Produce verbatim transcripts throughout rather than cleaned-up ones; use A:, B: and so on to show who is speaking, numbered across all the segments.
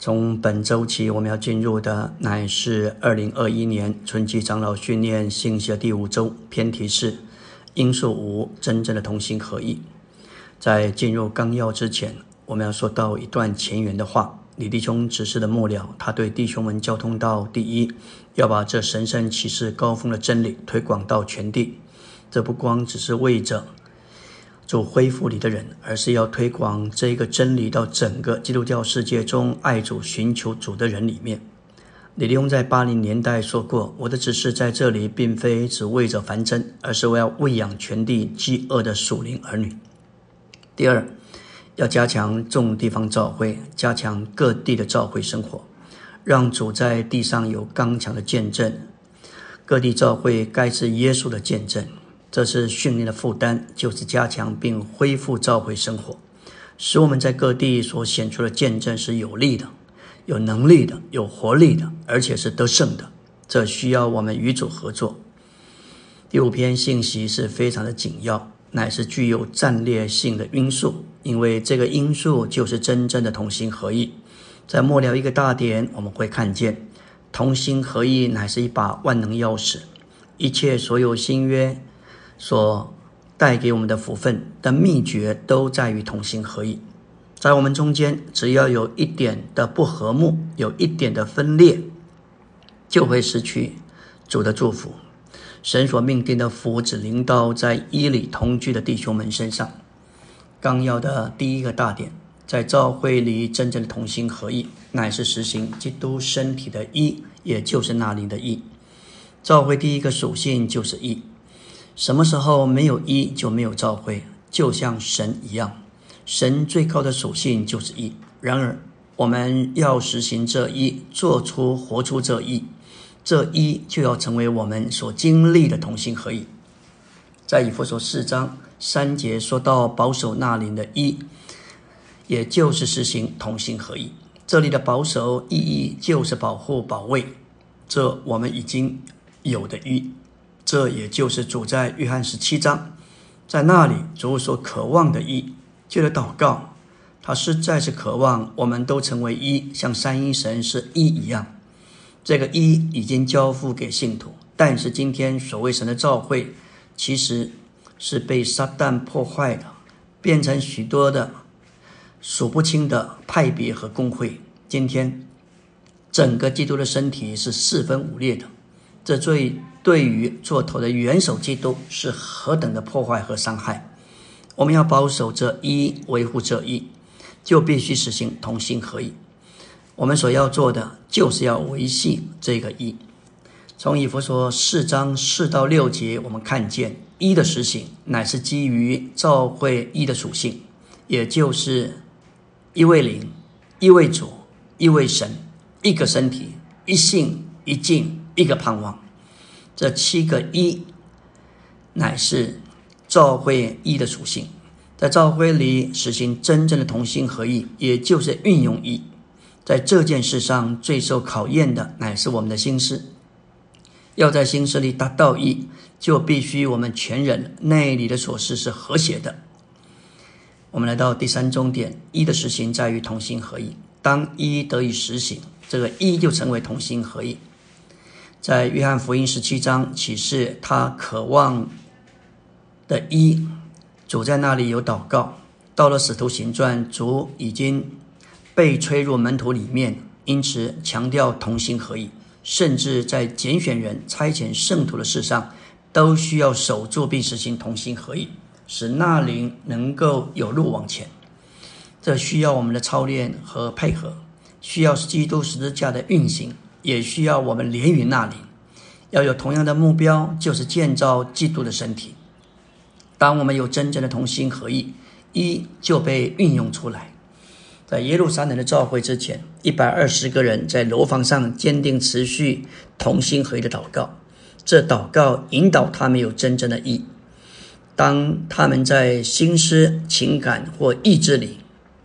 A: 从本周起，我们要进入的乃是二零二一年春季长老训练信息的第五周，篇题是因素五：真正的同心合意。在进入纲要之前，我们要说到一段前言的话。李弟兄指示的末了，他对弟兄们交通到：第一，要把这神圣启示高峰的真理推广到全地。这不光只是为着主恢复你的人，而是要推广这个真理到整个基督教世界中爱主寻求主的人里面。李弟兄在八零年代说过，我的指示在这里并非只为着繁增，而是为要喂养全地饥饿的属灵儿女。第二，要加强众地方教会，加强各地的教会生活，让主在地上有刚强的见证。各地教会该是耶稣的见证。这是训练的负担，就是加强并恢复教会生活，使我们在各地所显出的见证是有力的、有能力的、有活力的，而且是得胜的。这需要我们与主合作。第五篇信息是非常的紧要，乃是具有战略性的因素，因为这个因素就是真正的同心合意。在末了一个大点，我们会看见同心合意乃是一把万能钥匙，一切所有新约所带给我们的福分的秘诀都在于同心合意。在我们中间，只要有一点的不和睦，有一点的分裂，就会失去主的祝福。神所命定的福只临到在一里同居的弟兄们身上。纲要的第一个大点，在教会里真正的同心合意，乃是实行基督身体的一，也就是那灵的一。教会第一个属性就是一。什么时候没有一，就没有教会，就像神一样。神最高的属性就是一。然而我们要实行这一，做出活出这一，这一就要成为我们所经历的同心合意。在以弗所四章三节说到保守那灵的一，也就是实行同心合意。这里的保守意义就是保护保卫，这我们已经有的一。这也就是主在约翰十七章，在那里主所渴望的一。借着祷告，他实在是渴望我们都成为一，像三一神是一一样。这个一已经交付给信徒，但是今天所谓神的教会其实是被撒旦破坏的，变成许多的数不清的派别和公会。今天整个基督的身体是四分五裂的，这最对于做头的元首基督是何等的破坏和伤害。我们要保守这一，维护这一，就必须实行同心合意。我们所要做的就是要维系这个一。从以弗所四章四到六节，我们看见一的实行乃是基于教会一的属性，也就是一位灵、一位主、一位神、一个身体、一信、一敬、一个盼望。这七个一乃是教会一的属性。在教会里实行真正的同心合意，也就是运用一。在这件事上最受考验的乃是我们的心思。要在心思里达到一，就必须我们全人内里的所事是和谐的。我们来到第三重点，一的实行在于同心合意。当一得以实行，这个一就成为同心合意。在约翰福音十七章启示他渴望的一，主在那里有祷告。到了使徒行传，主已经被吹入门徒里面，因此强调同心合意。甚至在拣选人、差遣圣徒的事上，都需要守住并实行同心合意，使那灵能够有路往前。这需要我们的操练和配合，需要基督十字架的运行，也需要我们连于那灵，要有同样的目标，就是建造基督的身体。当我们有真正的同心合意，一就被运用出来。在耶路撒冷的教会之前，一百二十个人在楼房上坚定持续同心合意的祷告，这祷告引导他们有真正的意。当他们在心思、情感或意志里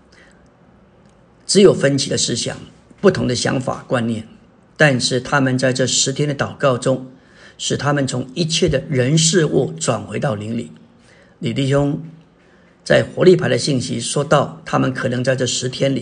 A: 只有分歧的思想、不同的想法观念，但是他们在这十天的祷告中，使他们从一切的人事物转回到灵里。李弟兄在活力牌的信息说到，他们可能在这十天里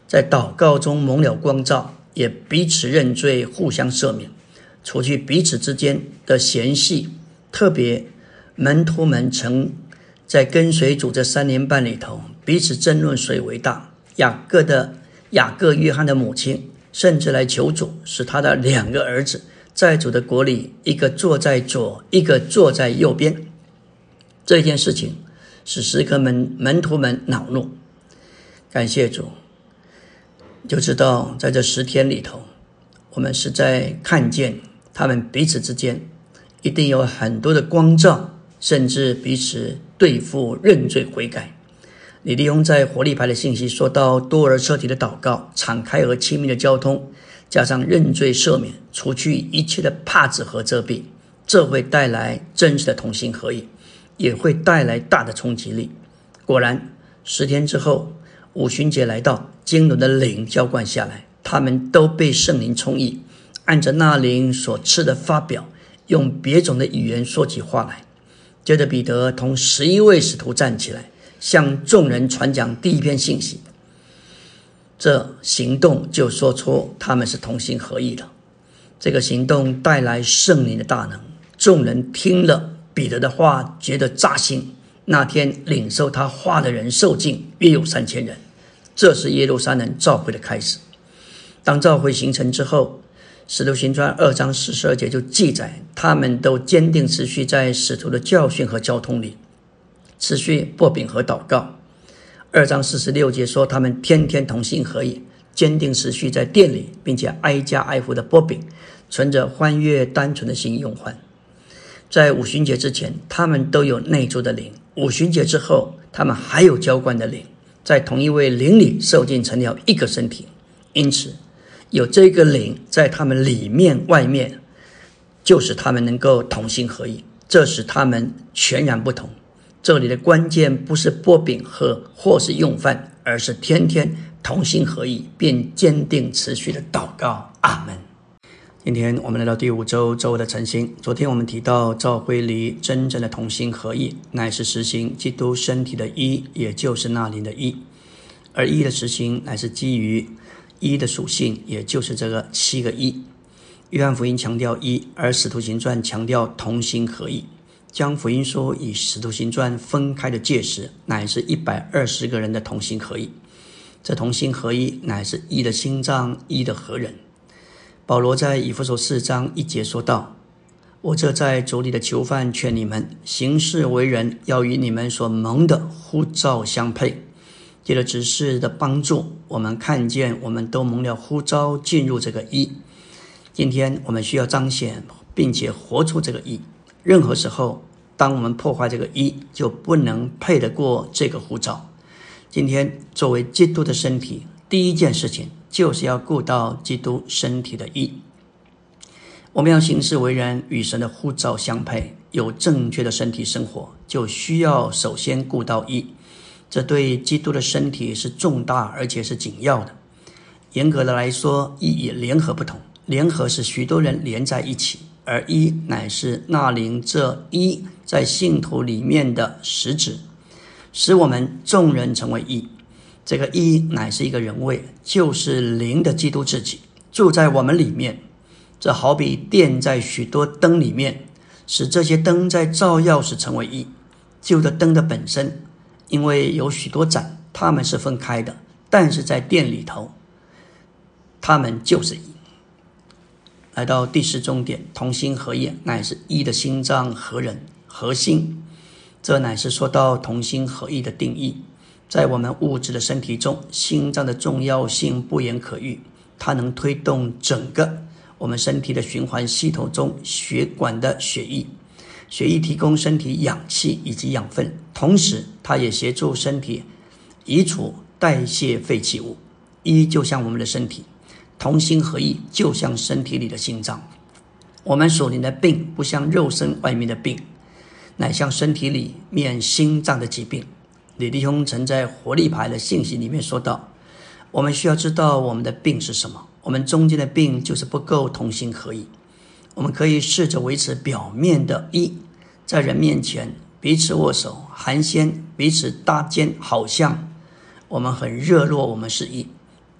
A: 在祷告中蒙了光照，也彼此认罪，互相赦免，除去彼此之间的嫌隙。特别门徒们曾在跟随主这三年半里头，彼此争论谁为大。雅各的雅各约翰的母亲甚至来求主，使他的两个儿子在主的国里，一个坐在左，一个坐在右边。这件事情使食客们门徒们恼怒。感谢主，就知道在这十天里头，我们实在看见他们彼此之间一定有很多的光照，甚至彼此对付、认罪悔改。李立宏在活力牌的信息说到，多而彻底的祷告，敞开而亲密的交通，加上认罪赦免，除去一切的帕子和遮蔽，这会带来真实的同心合意，也会带来大的冲击力。果然十天之后，五旬节来到，经纶的灵浇灌下来，他们都被圣灵充溢，按着那灵所赐的发表，用别种的语言说起话来。接着彼得同十一位使徒站起来，向众人传讲第一篇信息。这行动就说出他们是同心合意的。这个行动带来圣灵的大能，众人听了彼得的话，觉得扎心。那天领受他话的人受尽，约有三千人。这是耶路撒冷召会的开始。当召会形成之后，使徒行传二章四十二节就记载，他们都坚定持续在使徒的教训和交通里，持续擘饼和祷告。二章四十六节说，他们天天同心合意，坚定持续在店里，并且挨家挨户的擘饼，存着欢悦单纯的心用欢。在五旬节之前，他们都有内住的灵；五旬节之后，他们还有浇灌的灵，在同一位灵里受尽成了一个身体。因此有这个灵在他们里面外面，就使他们能够同心合意，这使他们全然不同。这里的关键不是擘饼喝或是用饭，而是天天同心合意，并坚定持续的祷告。阿们。今天我们来到第五周周的晨星。昨天我们提到，教会里真正的同心合意，乃是实行基督身体的一，也就是那灵的一。而一的实行乃是基于一的属性，也就是这个七个一。约翰福音强调一，而使徒行传强调同心合意。将福音书与使徒行传分开的界时，乃是一百二十个人的同心合意。这同心合一乃是一的心脏，一的合人。保罗在以弗所四章一节说道，我这在主里的囚犯劝你们，行事为人要与你们所蒙的呼召相配。借着执事的帮助，我们看见我们都蒙了呼召进入这个一。今天我们需要彰显并且活出这个一。任何时候当我们破坏这个一，就不能配得过这个呼召。今天作为基督的身体，第一件事情就是要顾到基督身体的一。我们要行事为人与神的呼召相配，有正确的身体生活，就需要首先顾到一。这对基督的身体是重大而且是紧要的。严格的来说，一与联合不同，联合是许多人连在一起，而一乃是那灵这一在信徒里面的实质，使我们众人成为一。这个一乃是一个人位，就是灵的基督自己住在我们里面。这好比电在许多灯里面，使这些灯在照耀时成为一。旧的灯的本身，因为有许多盏，它们是分开的，但是在电里头，它们就是一。来到第四重点，同心合意乃是一的心脏合人核心。这乃是说到同心合意的定义。在我们物质的身体中，心脏的重要性不言可喻，它能推动整个我们身体的循环系统中血管的血液，血液提供身体氧气以及养分，同时它也协助身体移除代谢废弃物。一就像我们的身体，同心合意就像身体里的心脏。我们属灵的病不像肉身外面的病，乃像身体里面心脏的疾病。李弟兄曾在活力牌的信息里面说到，我们需要知道我们的病是什么。我们中间的病就是不够同心合意。我们可以试着维持表面的一，在人面前彼此握手寒暄，彼此搭肩，好像我们很热络，我们是一。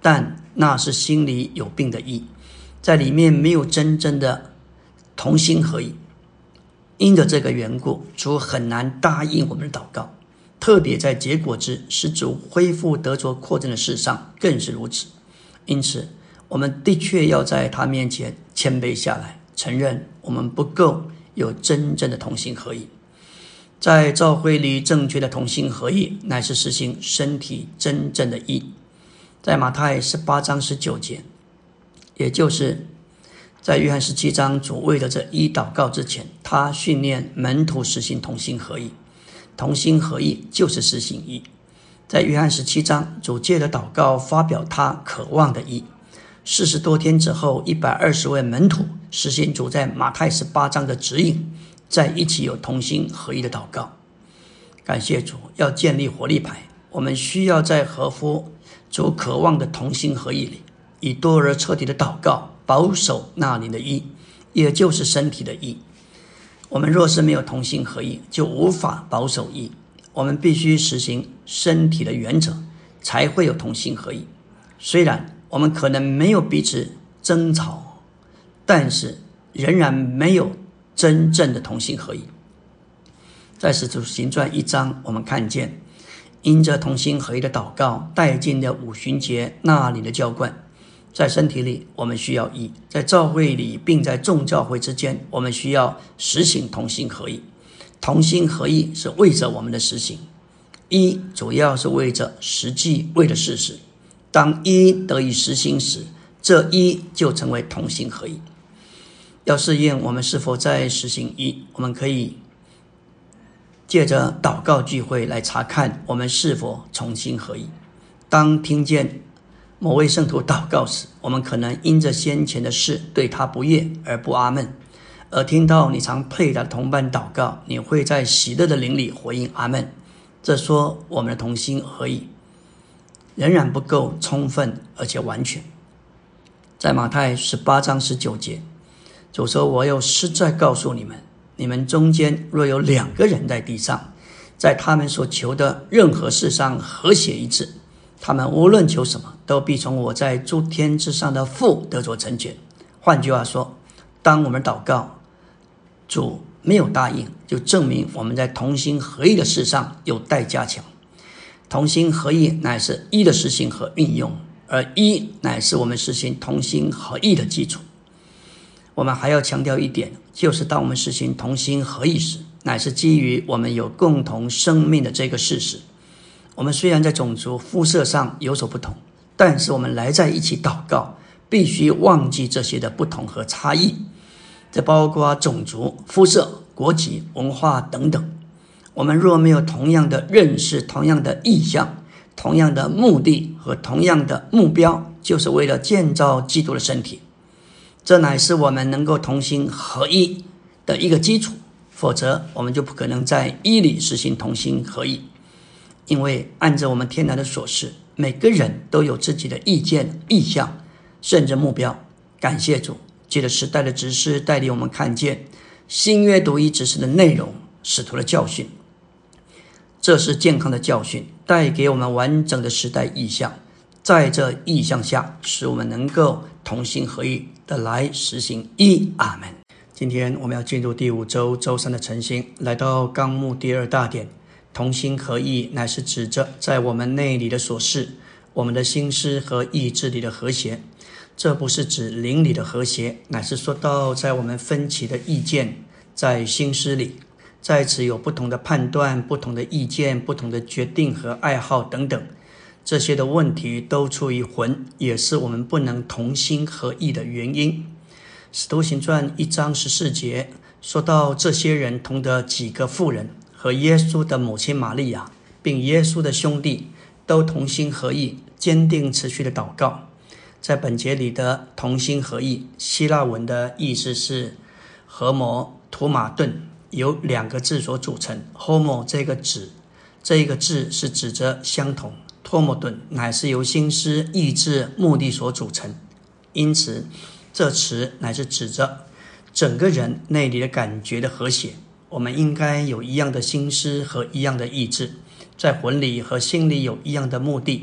A: 但那是心里有病的意，在里面没有真正的同心合意。因着这个缘故，主很难答应我们的祷告，特别在结果子使主恢复得着扩增的事上更是如此。因此我们的确要在他面前谦卑下来，承认我们不够有真正的同心合意。在教会里正确的同心合意，乃是实行身体真正的义。在马太十八章十九节，也就是在约翰十七章，主为了这一祷告之前，他训练门徒实行同心合意。同心合意就是实行义。在约翰十七章，主借着祷告发表他渴望的义。四十多天之后，一百二十位门徒实行主在马太十八章的指引，在一起有同心合意的祷告。感谢主，要建立活力牌，我们需要在合乎主渴望的同心合意里，以多而彻底的祷告保守那灵的义，也就是身体的义。我们若是没有同心合意，就无法保守义。我们必须实行身体的原则，才会有同心合意。虽然我们可能没有彼此争吵，但是仍然没有真正的同心合意。在使徒行传一章，我们看见因着同心合意的祷告，带进了五旬节那里的浇灌。在身体里我们需要义，在教会里并在众教会之间，我们需要实行同心合意。同心合意是为着我们的实行，义主要是为着实际，为了事实。当义得以实行时，这义就成为同心合意。要试验我们是否在实行义，我们可以借着祷告聚会来查看我们是否同心合意。当听见某位圣徒祷告时，我们可能因着先前的事对他不悦而不阿们，而听到你常配搭的同伴祷告，你会在喜乐的灵里回应阿们。这说我们的同心合意仍然不够充分而且完全。在马太十八章十九节，主说，我又实在告诉你们，你们中间若有两个人在地上，在他们所求的任何事上和谐一致，他们无论求什么，都必从我在诸天之上的父得着成全。换句话说，当我们祷告主没有答应，就证明我们在同心合意的事上有待加强。同心合意乃是义的实行和运用，而义乃是我们实行同心合意的基础。我们还要强调一点，就是当我们实行同心合意时，乃是基于我们有共同生命的这个事实。我们虽然在种族肤色上有所不同，但是我们来在一起祷告，必须忘记这些的不同和差异。这包括种族、肤色、国籍、文化等等。我们若没有同样的认识、同样的意向、同样的目的和同样的目标，就是为了建造基督的身体，这乃是我们能够同心合一的一个基础。否则我们就不可能在义里实行同心合意。因为按照我们天然的所示，每个人都有自己的意见、意向甚至目标。感谢主，借着时代的指示带领我们看见新约独一指示的内容，使徒的教训。这是健康的教训，带给我们完整的时代意象。在这意象下，使我们能够同心合意的来实行义。阿们。今天我们要进入第五周周三的晨星，来到纲目第二大点。同心合意乃是指着在我们内里的所事，我们的心思和意志里的和谐。这不是指灵里的和谐，乃是说到在我们分歧的意见在心思里，在此有不同的判断、不同的意见、不同的决定和爱好等等，这些的问题都出于魂，也是我们不能同心合意的原因。使徒行传一章十四节说到，这些人同的几个妇人和耶稣的母亲玛利亚，并耶稣的兄弟，都同心合意，坚定持续的祷告。在本节里的同心合意，希腊文的意思是荷摩图马顿，由两个字所组成。 homo 这个指这一个字是指着相同，托莫顿乃是由心思、意志、目的所组成，因此这词乃是指着整个人内里的感觉的和谐。我们应该有一样的心思和一样的意志，在魂里和心里有一样的目的，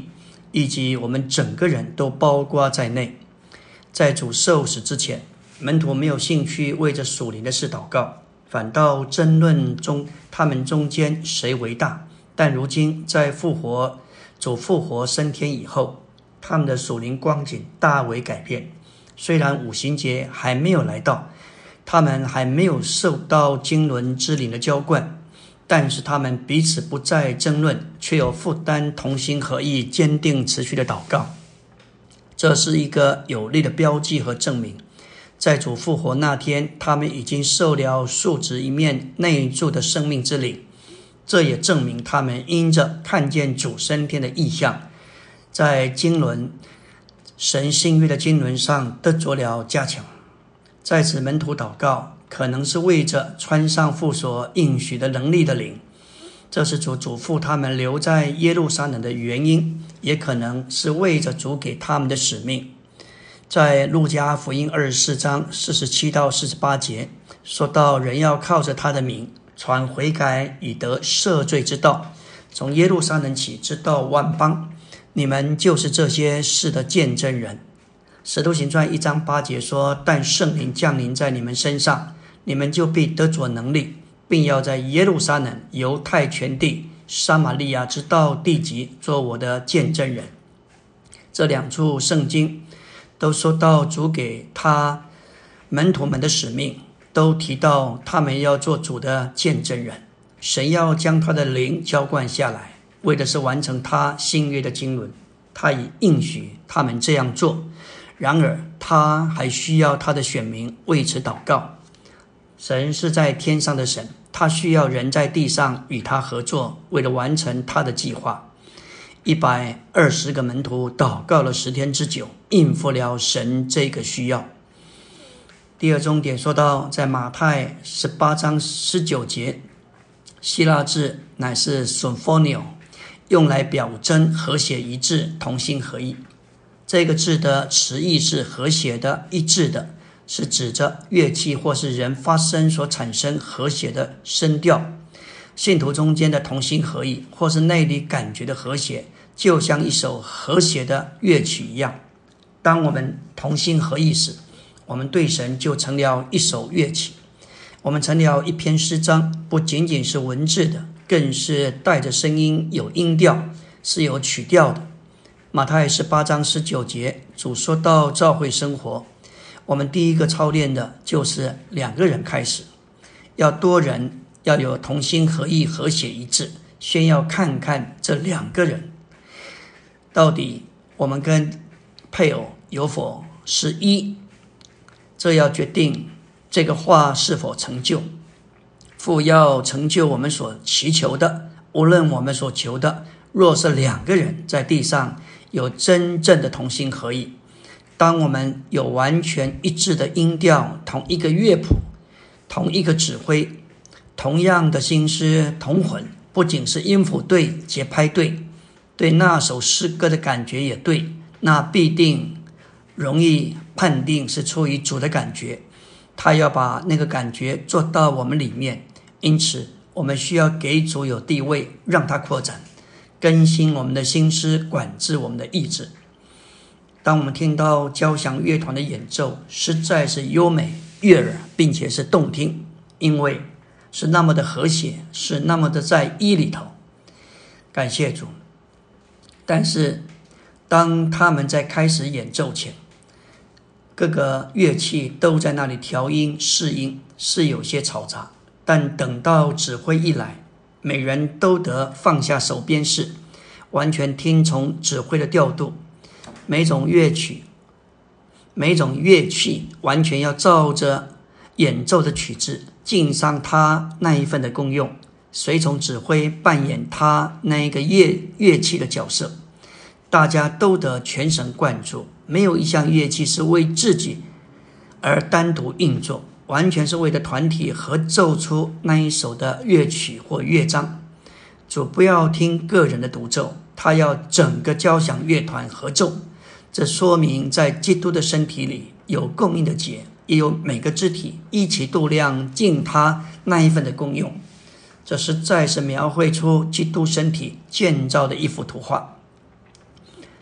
A: 以及我们整个人都包括在内。在主受死之前，门徒没有兴趣为着属灵的事祷告，反倒争论中他们中间谁为大。但如今在复活主复活升天以后，他们的属灵光景大为改变。虽然五旬节还没有来到，他们还没有受到经纶之灵的浇灌，但是他们彼此不再争论，却有负担，同心合意，坚定持续的祷告。这是一个有力的标记和证明。在主复活那天，他们已经受了数值一面内住的生命之灵，这也证明他们因着看见主升天的异象，在经纶神新约的经纶上得着了加强。在此门徒祷告，可能是为着穿上父所应许的能力的灵，这是主嘱咐他们留在耶路撒冷的原因，也可能是为着主给他们的使命。在路加福音二十四章四十七到四十八节说到，人要靠着他的名传悔改以得赦罪之道，从耶路撒冷起直到万邦，你们就是这些事的见证人。使徒行传一章八节说，但圣灵降临在你们身上，你们就必得着能力，并要在耶路撒冷、犹太全地、撒玛利亚直到地极做我的见证人。这两处圣经都说到主给他门徒们的使命，都提到他们要做主的见证人。神要将他的灵浇灌下来，为的是完成他新约的经纶，他已应许他们这样做。然而他还需要他的选民为此祷告。神是在天上的神，他需要人在地上与他合作，为了完成他的计划。一百二十个门徒祷告了十天之久，应付了神这个需要。第二重点说到，在马太十八章十九节，希腊字乃是 symphonio， 用来表征和谐一致、同心合意。这个字的词义是和谐的、一致的，是指着乐器或是人发声所产生和谐的声调。信徒中间的同心合意，或是内里感觉的和谐，就像一首和谐的乐曲一样。当我们同心合意时，我们对神就成了一首乐曲，我们成了一篇诗章，不仅仅是文字的，更是带着声音，有音调，是有曲调的。马太十八章十九节，主说到教会生活，我们第一个操练的就是两个人开始，要多人，要有同心合意、和谐一致，先要看看这两个人到底我们跟配偶有否是一，这要决定这个话是否成就。父要成就我们所祈求的，无论我们所求的，若是两个人在地上有真正的同心合意，当我们有完全一致的音调，同一个乐谱，同一个指挥，同样的心思同魂，不仅是音符对，节拍对，对那首诗歌的感觉也对，那必定容易判定是出于主的感觉，他要把那个感觉做到我们里面。因此我们需要给主有地位，让他扩展，更新我们的心思，管制我们的意志。当我们听到交响乐团的演奏，实在是优美悦耳，并且是动听，因为是那么的和谐，是那么的在一里头。感谢主。但是当他们在开始演奏前，各个乐器都在那里调音试音，是有些嘈杂，但等到指挥一来，每人都得放下手边事，完全听从指挥的调度。每种乐曲每种乐器完全要照着演奏的曲子，尽上他那一份的功用，随从指挥扮演他那一个 乐, 乐器的角色。大家都得全神贯注，没有一项乐器是为自己而单独运作，完全是为了团体合奏出那一首的乐曲或乐章。主不要听个人的独奏，他要整个交响乐团合奏。这说明在基督的身体里有供应的节，也有每个肢体一起度量尽他那一份的功用。这实在是描绘出基督身体建造的一幅图画。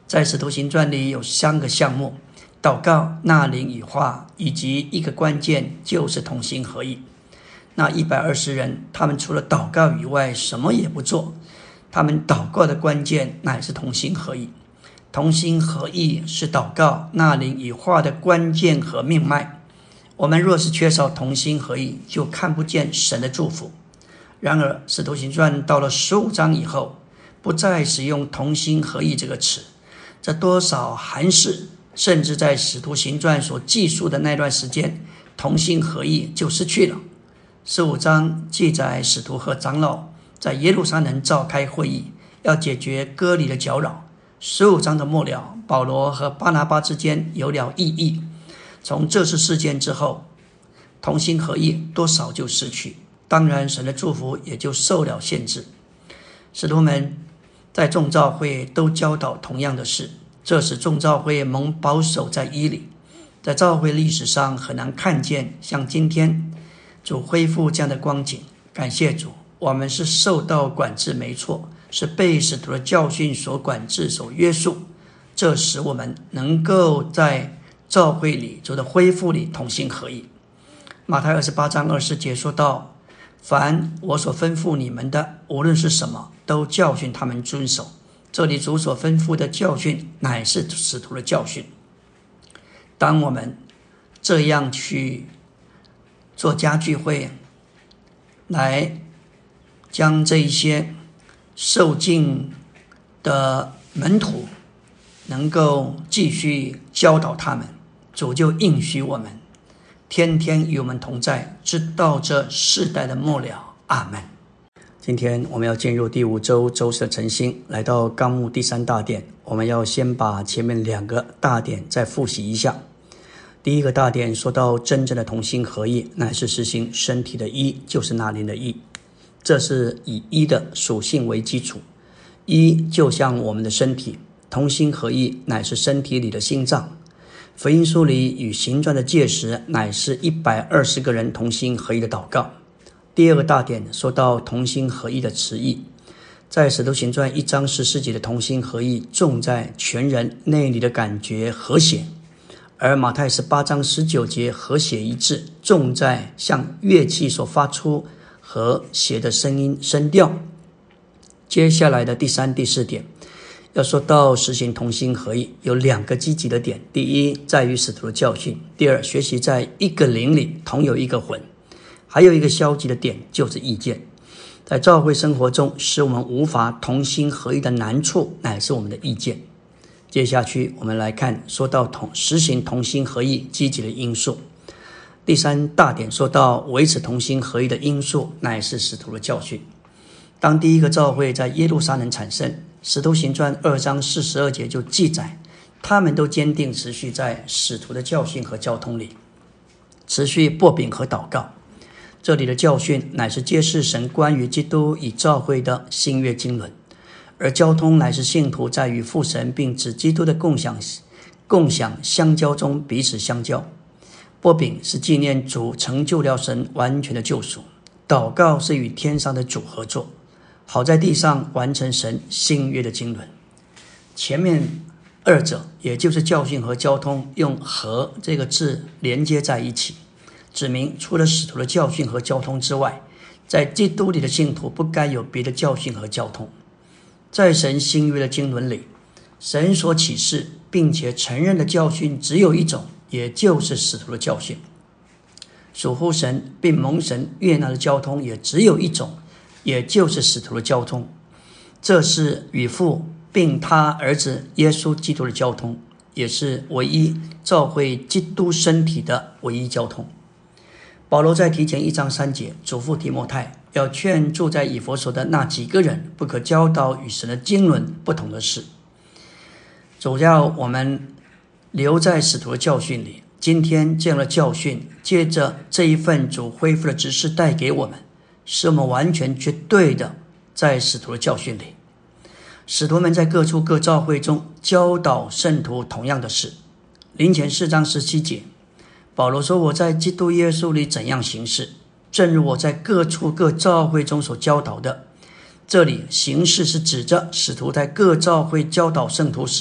A: 在使徒行传里有三个项目：祷告、纳灵与化，以及一个关键就是同心合意。那一百二十人，他们除了祷告以外什么也不做，他们祷告的关键乃是同心合意。同心合意是祷告、纳灵与化的关键和命脉。我们若是缺少同心合意，就看不见神的祝福。然而使徒行传到了十五章以后，不再使用同心合意这个词，这多少含示，甚至在使徒行传所记述的那段时间，同心合意就失去了。十五章记载使徒和长老在耶路撒冷召开会议，要解决割礼的搅扰。十五章的末了，保罗和巴拿巴之间有了异议。从这次事件之后，同心合意多少就失去，当然神的祝福也就受了限制。使徒们在众召会都教导同样的事，这使众召会蒙保守在衣里。在召会历史上很难看见像今天主恢复这样的光景。感谢主，我们是受到管制没错，是被使徒的教训所管制所约束，这使我们能够在召会里主的恢复里同心合意。马太二十八章二十节说到，凡我所吩咐你们的，无论是什么，都教训他们遵守。这里主所吩咐的教训乃是使徒的教训。当我们这样去做家聚会，来将这一些受浸的门徒能够继续教导他们，主就应许我们天天与我们同在，直到这世代的末了。阿们。今天我们要进入第五周周四的晨星，来到纲目第三大点。我们要先把前面两个大点再复习一下。第一个大点说到真正的同心合意，乃是实行身体的一，就是纳灵的一。这是以一的属性为基础，一就像我们的身体，同心合意乃是身体里的心脏。福音书里与行传的介石，乃是一百二十个人同心合意的祷告。第二个大点说到同心合意的词义，在使徒行传一章十四节的同心合意重在全人内里的感觉和谐，而马太十八章十九节和谐一致，重在像乐器所发出和谐的声音声调。接下来的第三第四点要说到实行同心合意，有两个积极的点。第一，在于使徒的教训；第二，学习在一个灵里同有一个魂。还有一个消极的点，就是意见。在教会生活中使我们无法同心合意的难处，乃是我们的意见。接下去我们来看说到同实行同心合意积极的因素。第三大点说到维持同心合意的因素，乃是使徒的教训。当第一个教会在耶路撒冷产生，使徒行传二章四十二节就记载，他们都坚定持续在使徒的教训和交通里，持续擘饼和祷告。这里的教训乃是揭示神关于基督与教会的新约经纶，而交通乃是信徒在与父神并指基督的共享共享相交中彼此相交。擘饼是纪念主成就了神完全的救赎，祷告是与天上的主合作，好在地上完成神新约的经纶。前面二者也就是教训和交通，用和这个字连接在一起，指明除了使徒的教训和交通之外，在基督里的信徒不该有别的教训和交通。在神新约的经纶里，神所启示并且承认的教训只有一种，也就是使徒的教训。属乎神并蒙神悦纳的交通也只有一种，也就是使徒的交通。这是与父并他儿子耶稣基督的交通，也是唯一召会基督身体的唯一交通。保罗在提前一章三节嘱咐提摩太，要劝住在以弗所的那几个人，不可教导与神的经纶不同的事。主要我们留在使徒的教训里。今天这样的教训，借着这一份主恢复的指示带给我们，使我们完全绝对的在使徒的教训里。使徒们在各处各教会中教导圣徒同样的事。林前四章十七节，保罗说，我在基督耶稣里怎样行事，正如我在各处各教会中所教导的。这里行事是指着使徒在各教会教导圣徒时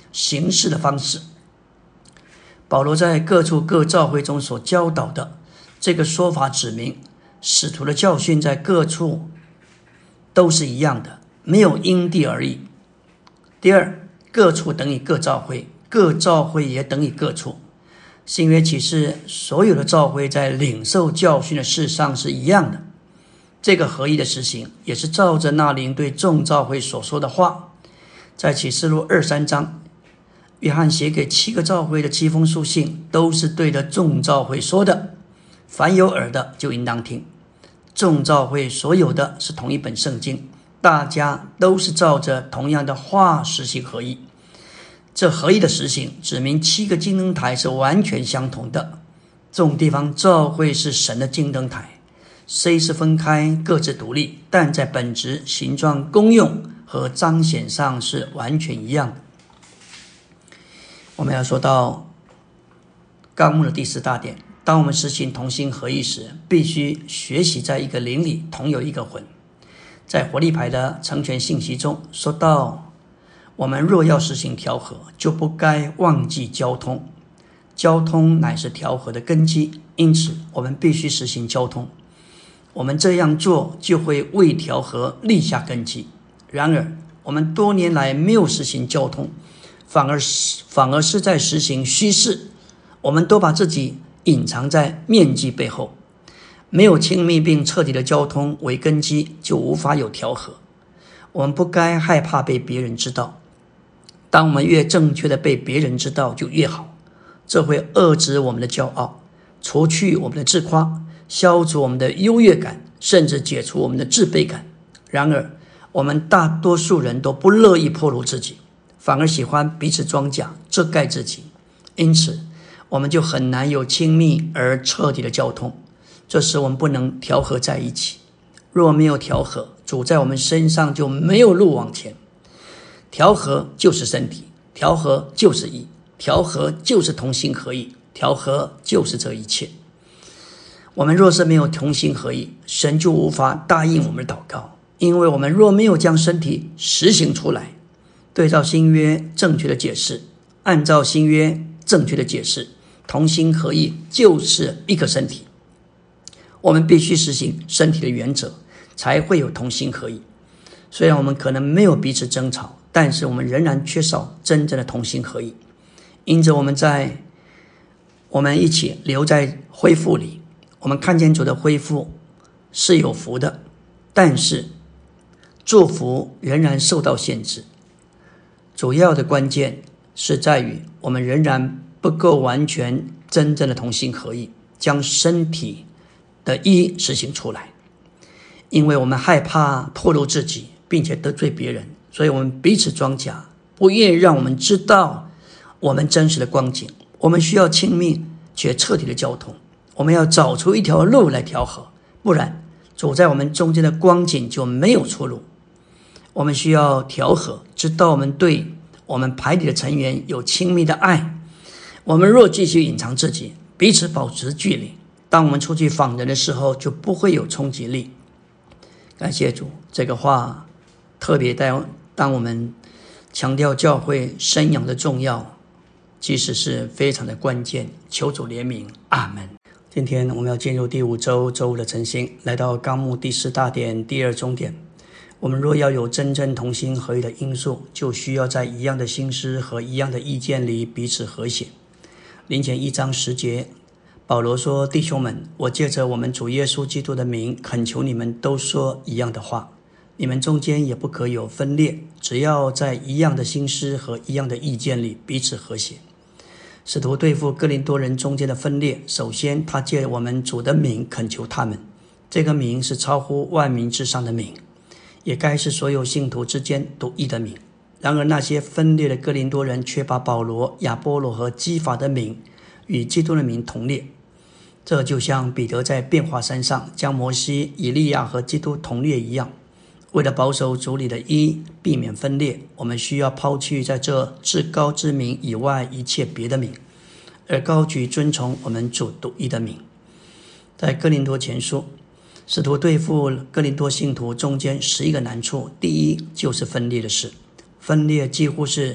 A: 行事的方式。保罗在各处各教会中所教导的这个说法指明，使徒的教训在各处都是一样的，没有因地而异。第二，各处等于各教会，各教会也等于各处。新约启示所有的教会在领受教训的事上是一样的，这个合一的实行也是照着那灵对众教会所说的话。在启示录二三章，约翰写给七个教会的七封书信都是对着众教会说的，凡有耳的就应当听。众教会所有的是同一本圣经，大家都是照着同样的话实行合一。这合一的实行指明七个金灯台是完全相同的。众地方教会是神的金灯台，虽是分开各自独立，但在本质、形状、功用和彰显上是完全一样的。我们要说到纲目的第四大点，当我们实行同心合一时，必须学习在一个灵里同有一个魂。在活力牌的成全信息中说到，我们若要实行调和，就不该忘记交通。交通乃是调和的根基，因此我们必须实行交通。我们这样做就会为调和立下根基。然而我们多年来没有实行交通，反而是反而是在实行虚事。我们都把自己隐藏在面积背后，没有亲密并彻底的交通为根基，就无法有调和。我们不该害怕被别人知道，当我们越正确的被别人知道就越好，这会遏制我们的骄傲，除去我们的自夸，消除我们的优越感，甚至解除我们的自卑感。然而我们大多数人都不乐意暴露自己，反而喜欢彼此装假，遮盖自己，因此我们就很难有亲密而彻底的交通，这时我们不能调和在一起。若没有调和，主在我们身上就没有路往前。调和就是身体，调和就是义，调和就是同心合意，调和就是这一切。我们若是没有同心合意，神就无法答应我们的祷告，因为我们若没有将身体实行出来，对照新约正确的解释，按照新约正确的解释，同心合意就是一个身体。我们必须实行身体的原则，才会有同心合意。虽然我们可能没有彼此争吵，但是我们仍然缺少真正的同心合意。因着我们在我们一起留在恢复里，我们看见主的恢复是有福的，但是祝福仍然受到限制。主要的关键是在于我们仍然不够完全真正的同心合意，将身体的一实行出来。因为我们害怕暴露自己并且得罪别人，所以我们彼此装假，不愿意让我们知道我们真实的光景。我们需要亲密且彻底的交通，我们要找出一条路来调和，不然走在我们中间的光景就没有出路。我们需要调和，直到我们对我们排里的成员有亲密的爱。我们若继续隐藏自己，彼此保持距离，当我们出去访人的时候就不会有冲击力。感谢主，这个话特别当我们强调教会生养的重要，其实是非常的关键。求主怜悯，阿们。今天我们要进入第五周周五的晨星，来到纲目第四大点第二中点。我们若要有真正同心合意的因素，就需要在一样的心思和一样的意见里彼此和谐。林前一章十节，保罗说：弟兄们，我借着我们主耶稣基督的名恳求你们都说一样的话，你们中间也不可有分裂，只要在一样的心思和一样的意见里彼此和谐。使徒对付哥林多人中间的分裂，首先他借我们主的名恳求他们，这个名是超乎万名之上的名，也该是所有信徒之间独一的名。然而那些分裂的哥林多人却把保罗、亚波罗和基法的名与基督的名同列，这就像彼得在变化山上将摩西、以利亚和基督同列一样。为了保守主里的一，避免分裂，我们需要抛弃在这至高之名以外一切别的名，而高举尊崇我们主独一的名。在哥林多前书，使徒对付哥林多信徒中间十一个难处，第一就是分裂的事。分裂几乎是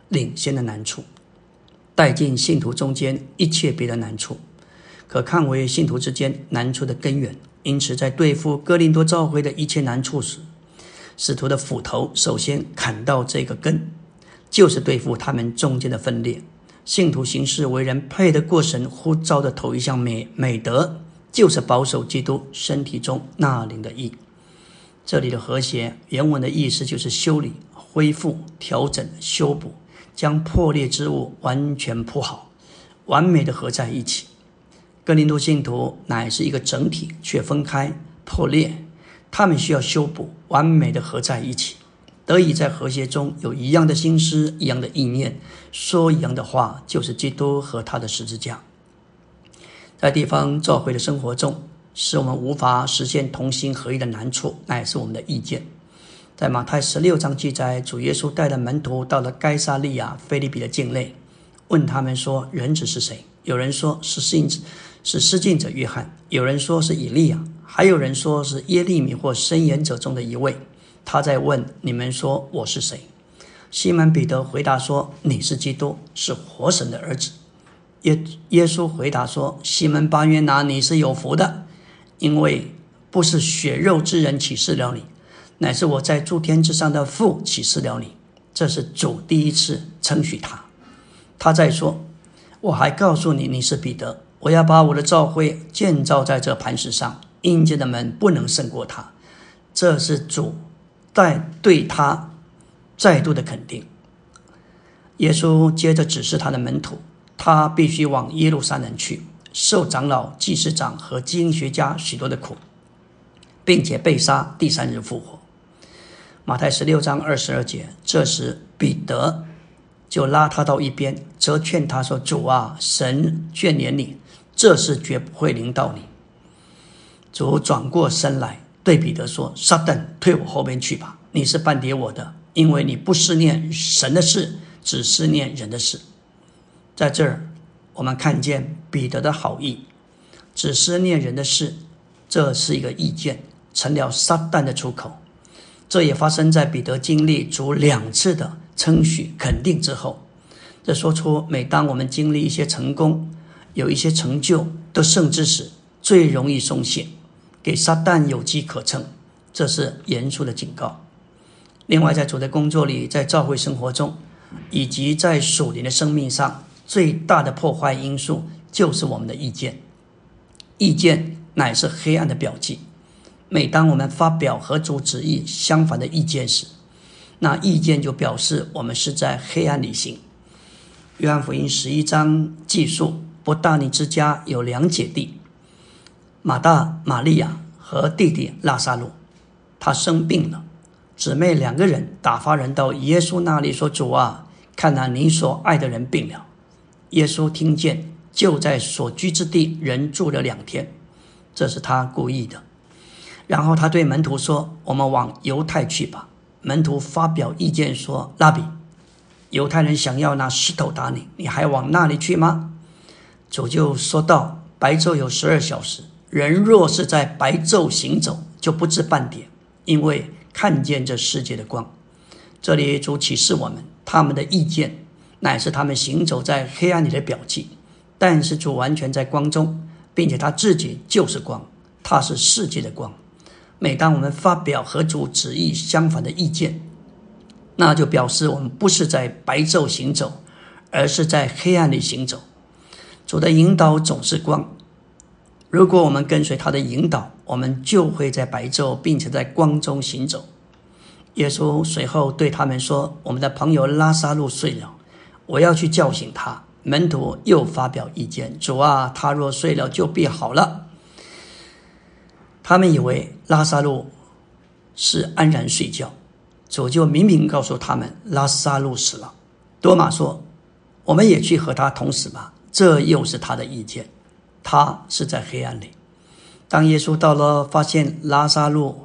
A: 领先的难处，带进信徒中间一切别的难处，可看为信徒之间难处的根源。因此在对付哥林多教会的一切难处时，使徒的斧头首先砍到这个根，就是对付他们中间的分裂。信徒行事为人配得过神呼召的头一项美美德，就是保守基督身体中那灵的义。这里的和谐原文的意思就是修理、恢复、调整、修补，将破裂之物完全铺好，完美的合在一起。哥林多信徒乃是一个整体，却分开破裂，他们需要修补，完美的合在一起，得以在和谐中有一样的心思，一样的意念，说一样的话，就是基督和他的十字架。在地方教会的生活中，使我们无法实现同心合一的难处，乃是我们的意见。在马太十六章记载，主耶稣带着门徒到了该撒利亚腓立比的境内，问他们说：人子是谁？有人说是施浸是施浸者约翰，有人说是以利亚，还有人说是耶利米或申言者中的一位。他在问你们说我是谁？西门彼得回答说：你是基督，是活神的儿子。耶耶稣回答说：西门巴约拿，你是有福的，因为不是血肉之人启示了你，乃是我在诸天之上的父启示了你。这是主第一次称许他。他再说：我还告诉你，你是彼得，我要把我的教会建造在这磐石上，阴间的门不能胜过他。这是主在对他再度的肯定。耶稣接着指示他的门徒，他必须往耶路撒冷去，受长老、祭司长和经学家许多的苦，并且被杀，第三日复活。马太十六章二十二节，这时彼得就拉他到一边，责劝他说：主啊，神眷怜你，这事绝不会临到你。主转过身来对彼得说：撒旦，退我后面去吧，你是绊跌我的，因为你不思念神的事，只思念人的事。在这儿我们看见彼得的好意，只思念人的事，这是一个意见，成了撒旦的出口。这也发生在彼得经历主两次的称许肯定之后。这说出每当我们经历一些成功，有一些成就得胜之时，最容易松懈，给撒旦有机可乘，这是严肃的警告。另外，在主的工作里，在教会生活中，以及在属灵的生命上，最大的破坏因素就是我们的意见。意见乃是黑暗的表记。每当我们发表和主旨意相反的意见时，那意见就表示我们是在黑暗里行。约翰福音十一章记述，伯大尼之家有两姐弟，马大、玛利亚和弟弟拉撒路。他生病了，姊妹两个人打发人到耶稣那里说：主啊，看哪，你所爱的人病了。耶稣听见，就在所居之地人住了两天，这是他故意的。然后他对门徒说：我们往犹太去吧。门徒发表意见说：拉比，犹太人想要拿石头打你，你还往那里去吗？主就说道：白昼有十二小时，人若是在白昼行走，就不知半点，因为看见这世界的光。这里主启示我们，他们的意见乃是他们行走在黑暗里的表记，但是主完全在光中，并且他自己就是光，他是世界的光。每当我们发表和主旨意相反的意见，那就表示我们不是在白昼行走，而是在黑暗里行走。主的引导总是光，如果我们跟随他的引导，我们就会在白昼并且在光中行走。耶稣随后对他们说：我们的朋友拉撒路睡了，我要去叫醒他。门徒又发表意见：主啊，他若睡了，就必好了。他们以为拉撒路是安然睡觉，主就明明告诉他们拉撒路死了。多马说：我们也去和他同死吧。这又是他的意见，他是在黑暗里。当耶稣到了发现拉撒路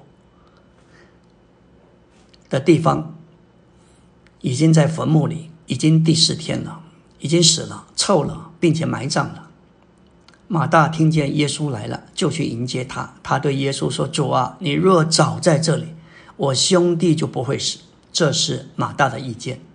A: 的地方，已经在坟墓里，已经第四天了，已经死了，臭了，并且埋葬了。马大听见耶稣来了，就去迎接他。他对耶稣说：主啊，你若早在这里，我兄弟就不会死。这是马大的意见。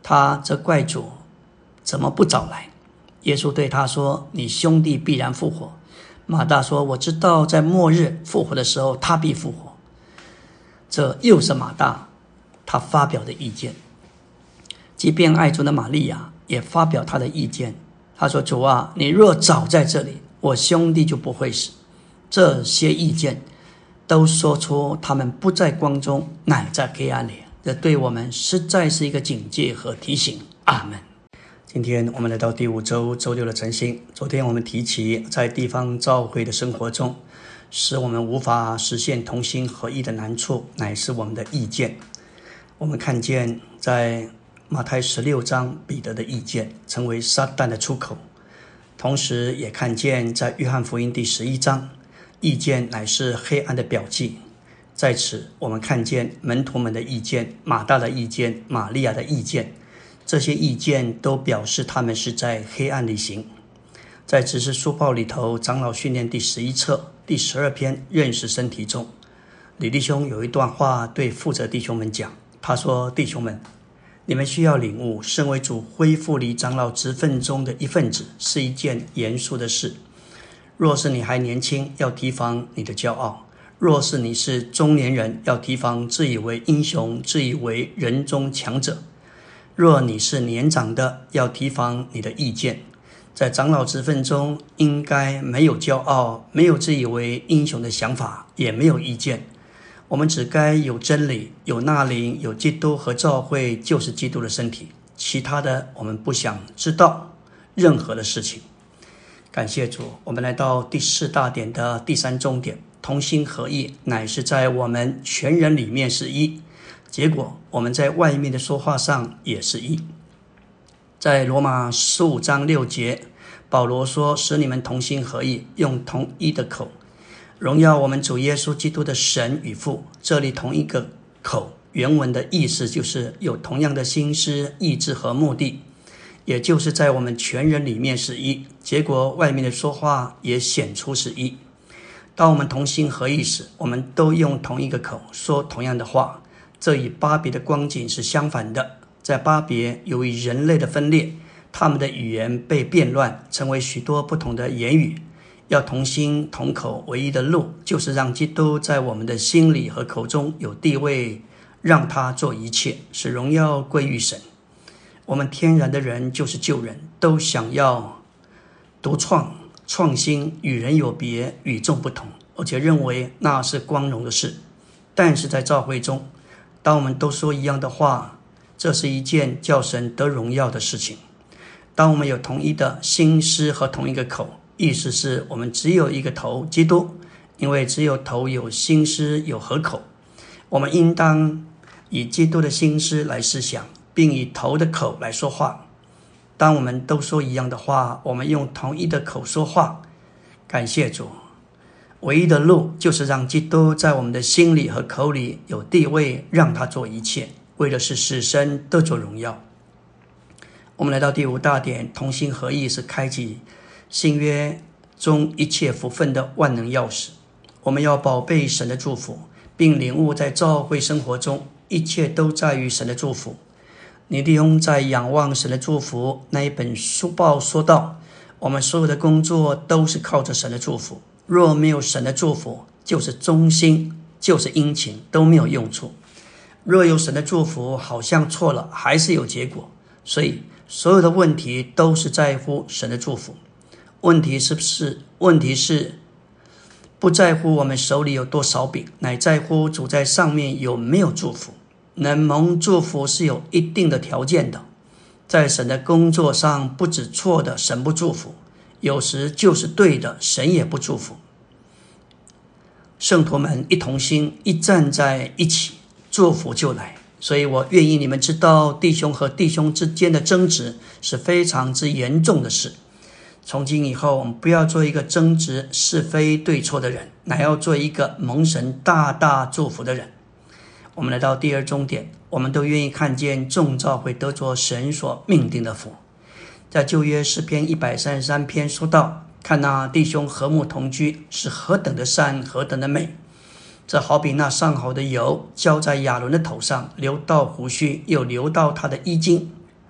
A: 他责怪主怎么不早来。耶稣对他说：你兄弟必然复活。马大说：我知道在末日复活的时候他必复活。这又是马大他发表的意见。即便爱主的玛利亚也发表他的意见，他说：主啊，你若早在这里，我兄弟就不会死。这些意见都说出他们不在光中，乃在黑暗里。这对我们实在是一个警戒和提醒。阿们。今天我们来到第五周周六的晨星。昨天我们提起，在地方教会的生活中，使我们无法实现同心合一的难处，乃是我们的意见。我们看见在马太十六章彼得的意见成为撒旦的出口，同时也看见在约翰福音第十一章，意见乃是黑暗的表记。在此我们看见门徒们的意见、马大的意见、玛利亚的意见，这些意见都表示他们是在黑暗里行。在指示书报里头，长老训练第十一册第十二篇认识身体中，李弟兄有一段话对负责弟兄们讲，他说：弟兄们，你们需要领悟，身为主恢复离长老职分中的一份子是一件严肃的事。若是你还年轻，要提防你的骄傲；若是你是中年人，要提防自以为英雄，自以为人中强者；若你是年长的，要提防你的意见。在长老职分中，应该没有骄傲，没有自以为英雄的想法，也没有意见。我们只该有真理，有纳灵，有基督和教会，就是基督的身体。其他的我们不想知道任何的事情。感谢主，我们来到第四大点的第三重点，同心合意乃是在我们全人里面是一，结果我们在外面的说话上也是一。在罗马十五章六节，保罗说：使你们同心合意，用同一的口荣耀我们主耶稣基督的神与父。这里同一个口原文的意思就是有同样的心思、意志和目的，也就是在我们全人里面是一，结果外面的说话也显出是一。当我们同心合意时，我们都用同一个口说同样的话。这与巴别的光景是相反的。在巴别，由于人类的分裂，他们的语言被变乱，成为许多不同的言语。要同心同口，唯一的路就是让基督在我们的心里和口中有地位，让他做一切，使荣耀归于神。我们天然的人就是旧人，都想要独创、创新，与人有别，与众不同，而且认为那是光荣的事。但是在教会中，当我们都说一样的话，这是一件叫神得荣耀的事情。当我们有同一的心思和同一个口，意思是我们只有一个头，基督，因为只有头有心思有合口。我们应当以基督的心思来思想，并以头的口来说话。当我们都说一样的话，我们用同一的口说话。感谢主，唯一的路就是让基督在我们的心里和口里有地位，让他做一切，为的是使神得着荣耀。我们来到第五大点，同心合意是开启新约中一切福分的万能钥匙。我们要宝贝神的祝福，并领悟在教会生活中，一切都在于神的祝福。尼弟兄在仰望神的祝福那一本书报说道，我们所有的工作都是靠着神的祝福，若没有神的祝福，就是忠心，就是殷勤，都没有用处。若有神的祝福，好像错了，还是有结果。所以所有的问题都是在乎神的祝福。问题是不是？问题是不在乎我们手里有多少饼，乃在乎主在上面有没有祝福。能蒙祝福是有一定的条件的。在神的工作上，不止错的神不祝福，有时就是对的神也不祝福。圣徒们一同心，一站在一起，祝福就来。所以我愿意你们知道，弟兄和弟兄之间的争执是非常之严重的事。从今以后，我们不要做一个争执是非对错的人，乃要做一个蒙神大大祝福的人。我们来到第二重点，我们都愿意看见众教会得着神所命定的福。在旧约诗篇一百三十三篇说到，看那弟兄和睦同居，是何等的善，何等的美。这好比那上好的油浇在亚伦的头上，流到胡须，又流到他的衣襟。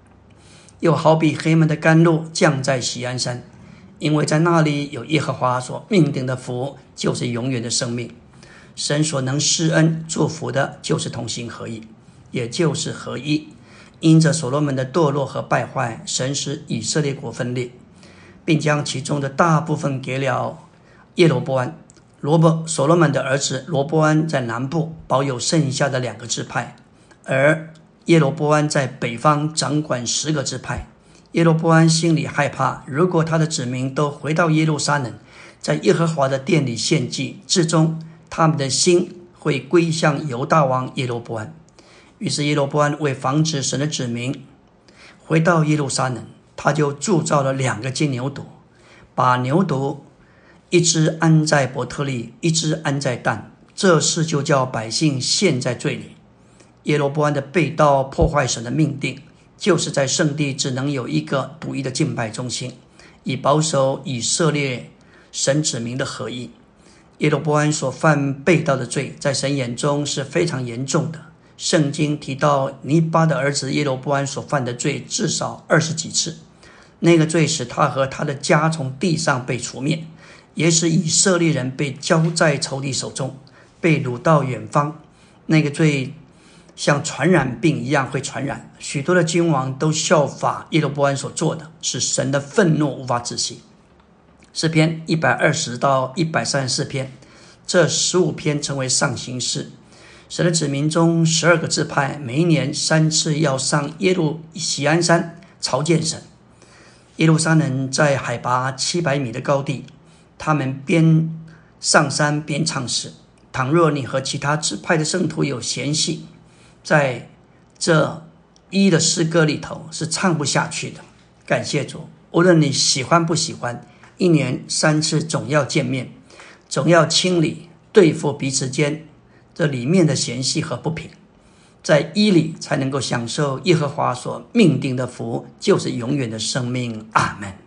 A: 又好比黑门的甘露降在锡安山，因为在那里有耶和华所命定的福，就是永远的生命。神所能施恩祝福的，就是同心合意，也就是合一。因着所罗门的堕落和败坏，神使以色列国分裂，并将其中的大部分给了耶罗波安。罗伯所罗门的儿子罗波安在南部保有剩下的两个支派，而耶罗波安在北方掌管十个支派。耶罗波安心里害怕，如果他的子民都回到耶路撒冷，在耶和华的殿里献祭，至终他们的心会归向犹大王耶罗波安。于是耶罗波安为防止神的子民回到耶路撒冷，他就铸造了两个金牛犊，把牛犊一只安在伯特利，一只安在但，这事就叫百姓陷在罪里。耶罗波安的背道破坏神的命定，就是在圣地只能有一个独一的敬拜中心，以保守以色列神子民的合一。耶罗波安所犯背道的罪，在神眼中是非常严重的。圣经提到尼巴的儿子耶罗波安所犯的罪至少二十几次，那个罪使他和他的家从地上被除灭，也使以色列人被交在仇敌手中，被掳到远方。那个罪像传染病一样会传染，许多的君王都效法耶罗波安所做的，使神的愤怒无法止息。诗篇一百二十到一百三十四篇，这十五篇成为上行诗。神的子民中十二个支派，每一年三次要上耶路锡安山朝见神。耶路撒冷在海拔七百米的高地，他们边上山边唱诗。倘若你和其他支派的圣徒有嫌隙，在这一的诗歌里头是唱不下去的。感谢主，无论你喜欢不喜欢，一年三次总要见面，总要清理对付彼此间这里面的嫌隙和不平，在一里才能够享受耶和华所命定的福，就是永远的生命。阿们。